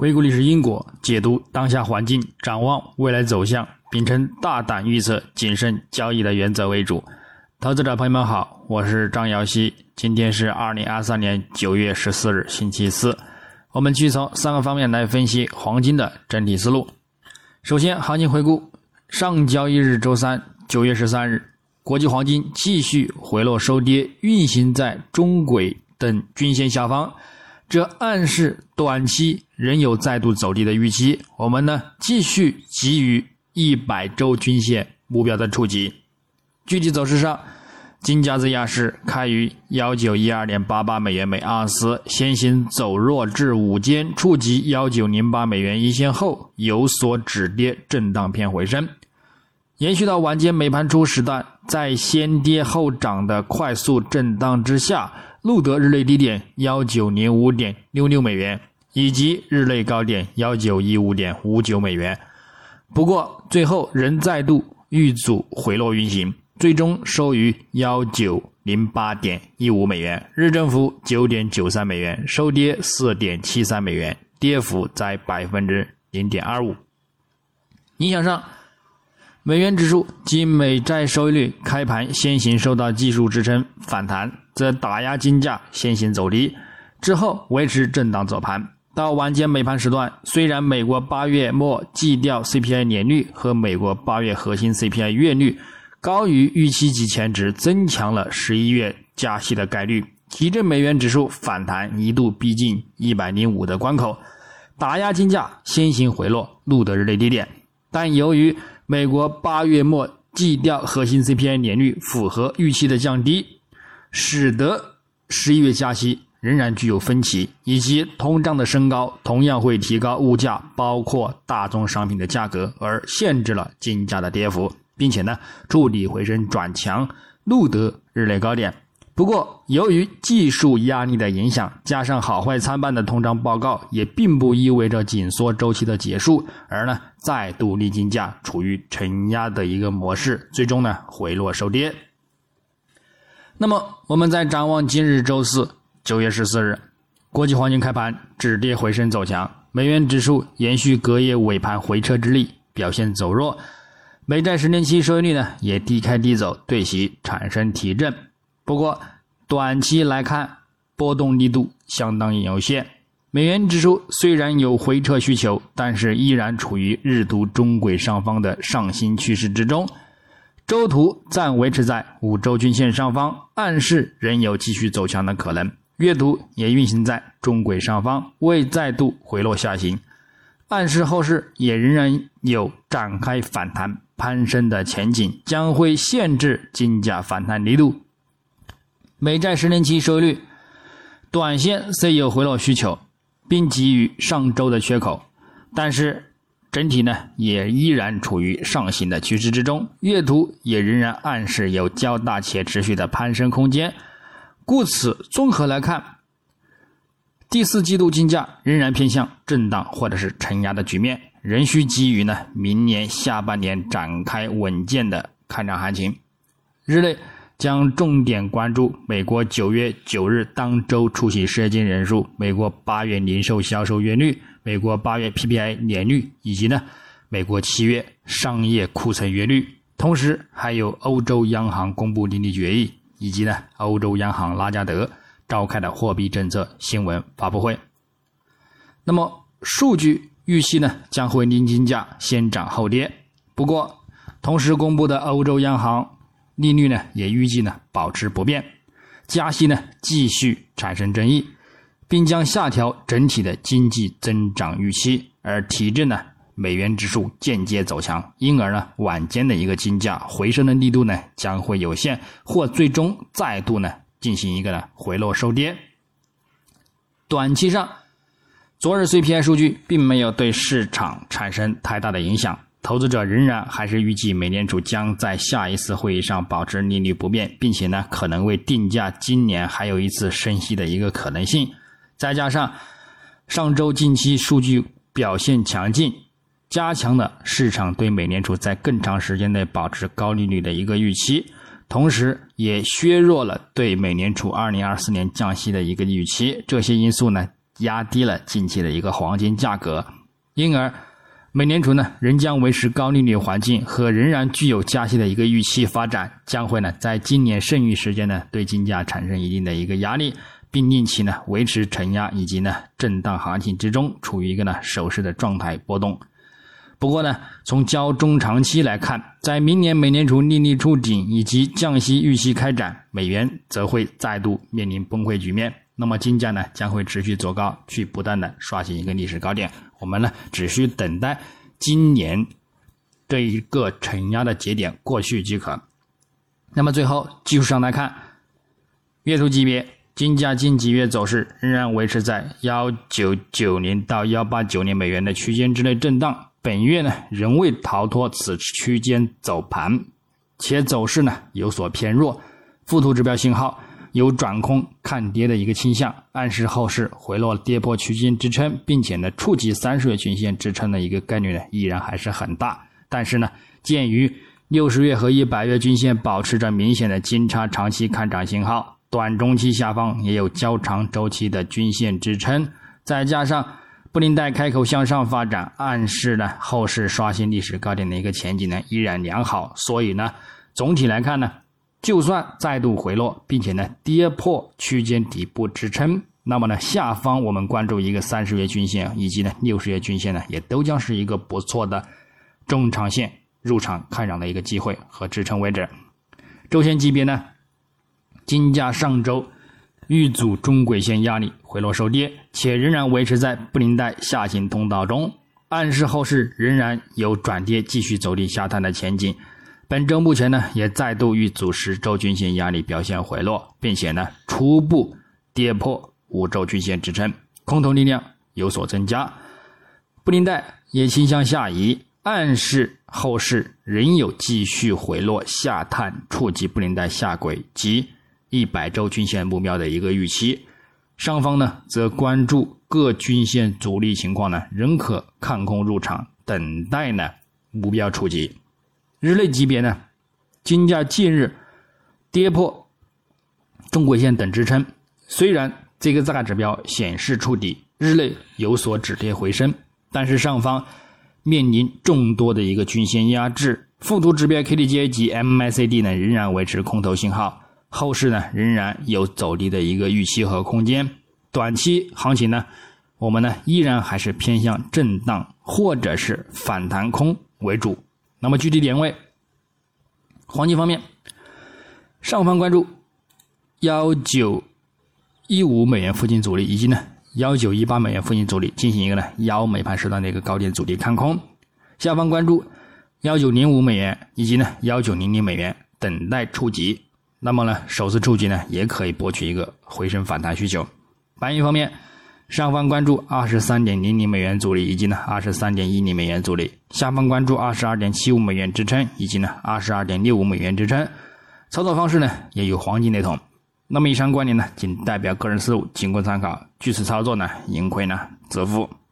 回顾历史因果，解读当下环境，展望未来走向，秉承大胆预测、谨慎交易的原则为主。投资者朋友们好，我是张瑶希，今天是2023年9月14日星期四。我们继续从3个方面来分析黄金的整体思路。首先，行情回顾，上交易日周三9月13日，国际黄金继续回落收跌，运行在中轨等均线下方，这暗示短期仍有再度走低的预期。我们继续给予100周均线目标的触及。具体走势上，金价自亚市开于 1912.88 美元每盎司，先行走弱至午间，触及 1908 美元一线后有所止跌，震荡偏回升。延续到晚间美盘初时段，在先跌后涨的快速震荡之下，录得日内低点 1905.66 美元以及日内高点 1915.59 美元。不过最后仍再度遇阻回落运行，最终收于 1908.15 美元，日振幅 9.93 美元，收跌 4.73 美元，跌幅在 0.25%。 影响上，美元指数及美债收益率开盘先行受到技术支撑反弹，则打压金价先行走低，之后维持震荡走盘。到晚间美盘时段，虽然美国8月末季调 CPI 年率和美国8月核心 CPI 月率高于预期及前值，增强了11月加息的概率，提振美元指数反弹一度逼近105的关口，打压金价先行回落，录得日内低点。但由于美国8月末季调核心 CPI 年率符合预期的降低，使得11月加息仍然具有分歧，以及通胀的升高同样会提高物价，包括大宗商品的价格，而限制了金价的跌幅，并且触底回升转强，录得日内高点。不过由于技术压力的影响，加上好坏参半的通胀报告，也并不意味着紧缩周期的结束，而再度令金价处于承压的一个模式，最终回落收跌。那么我们再展望今日周四9月14日，国际黄金开盘止跌回升走强，美元指数延续隔夜尾盘回撤之力，表现走弱，美债10年期收益率也低开低走，对其产生提振。不过短期来看，波动力度相当有限，美元指数虽然有回撤需求，但是依然处于日图中轨上方的上行趋势之中，周图暂维持在5周均线上方，暗示仍有继续走强的可能。月图也运行在中轨上方，未再度回落下行，暗示后市也仍然有展开反弹攀升的前景，将会限制金价反弹力度。美债10年期收益率短线虽有回落需求，并给予上周的缺口，但是整体也依然处于上行的趋势之中，月图也仍然暗示有较大且持续的攀升空间。故此综合来看，第4季度金价仍然偏向震荡或者是承压的局面，仍需基于明年下半年展开稳健的看涨行情。日内将重点关注美国9月9日当周出席失业金人数，美国8月零售销售月率，美国8月 PPI 年率，以及美国7月商业库存月率。同时还有欧洲央行公布利率决议，以及欧洲央行拉加德召开的货币政策新闻发布会。那么数据预期将会令金价先涨后跌。不过同时公布的欧洲央行利率也预计保持不变，加息继续产生争议，并将下调整体的经济增长预期，而提振美元指数间接走强，因而晚间的一个金价回升的力度将会有限，或最终再度进行一个回落收跌。短期上，昨日 CPI 数据并没有对市场产生太大的影响，投资者仍然还是预计美联储将在下一次会议上保持利率不变，并且可能为定价今年还有一次升息的一个可能性。再加上上周近期数据表现强劲，加强了市场对美联储在更长时间内保持高利率的一个预期，同时也削弱了对美联储2024年降息的一个预期。这些因素压低了近期的一个黄金价格，因而美联储呢仍将维持高利率环境和仍然具有加息的一个预期发展，将会呢在今年剩余时间呢对金价产生一定的一个压力，并令其呢维持承压以及呢震荡行情之中，处于一个呢守势的状态波动。不过呢，从较中长期来看，在明年美联储利率触顶以及降息预期开展，美元则会再度面临崩溃局面。那么金价呢将会持续走高，去不断的刷新一个历史高点。我们呢只需等待今年这一个承压的节点过去即可。那么最后技术上来看，月图级别金价近几月走势仍然维持在1990到189年美元的区间之内震荡，本月呢仍未逃脱此区间走盘，且走势呢有所偏弱，附图指标信号有转空看跌的一个倾向，暗示后市回落跌破区间支撑，并且呢触及30月均线支撑的一个概率呢依然还是很大。但是呢，鉴于60月和100月均线保持着明显的金叉长期看涨信号，短中期下方也有较长周期的均线支撑，再加上布林带开口向上发展，暗示呢后市刷新历史高点的一个前景呢依然良好。所以呢总体来看呢，就算再度回落，并且呢跌破区间底部支撑，那么呢下方我们关注一个30月均线以及呢60月均线呢，也都将是一个不错的中长线入场看涨的一个机会和支撑位置。周线级别呢，金价上周遇阻中轨线压力回落收跌，且仍然维持在布林带下行通道中，暗示后市仍然有转跌继续走低下探的前景。本周目前呢也再度遇阻10周均线压力表现回落，并且呢初步跌破5周均线支撑，空头力量有所增加，布林带也倾向下移，暗示后市仍有继续回落下探触及布林带下轨及100周均线目标的一个预期。上方呢则关注各均线阻力情况呢，仍可看空入场，等待呢目标触及。日内级别呢，金价近日跌破中轨线等支撑，虽然这个大指标显示触底，日内有所止跌回升，但是上方面临众多的一个均线压制，附图指标 KDJ 及 MACD 呢仍然维持空头信号，后市呢仍然有走低的一个预期和空间。短期行情呢，我们呢依然还是偏向震荡或者是反弹空为主。那么具体点位，黄金方面，上方关注1915美元附近阻力，以及呢1918美元附近阻力，进行一个呢1美盘时段的一个高点阻力看空。下方关注1905美元以及呢1900美元，等待触及。那么呢首次触及呢也可以博取一个回升反弹需求。白银方面，上方关注 23.00 美元阻力以及呢 23.10 美元阻力，下方关注 22.75 美元支撑以及呢 22.65 美元支撑。操作方式呢也与黄金雷同。那么以上观点呢仅代表个人思路，仅供参考，据此操作呢盈亏呢自负。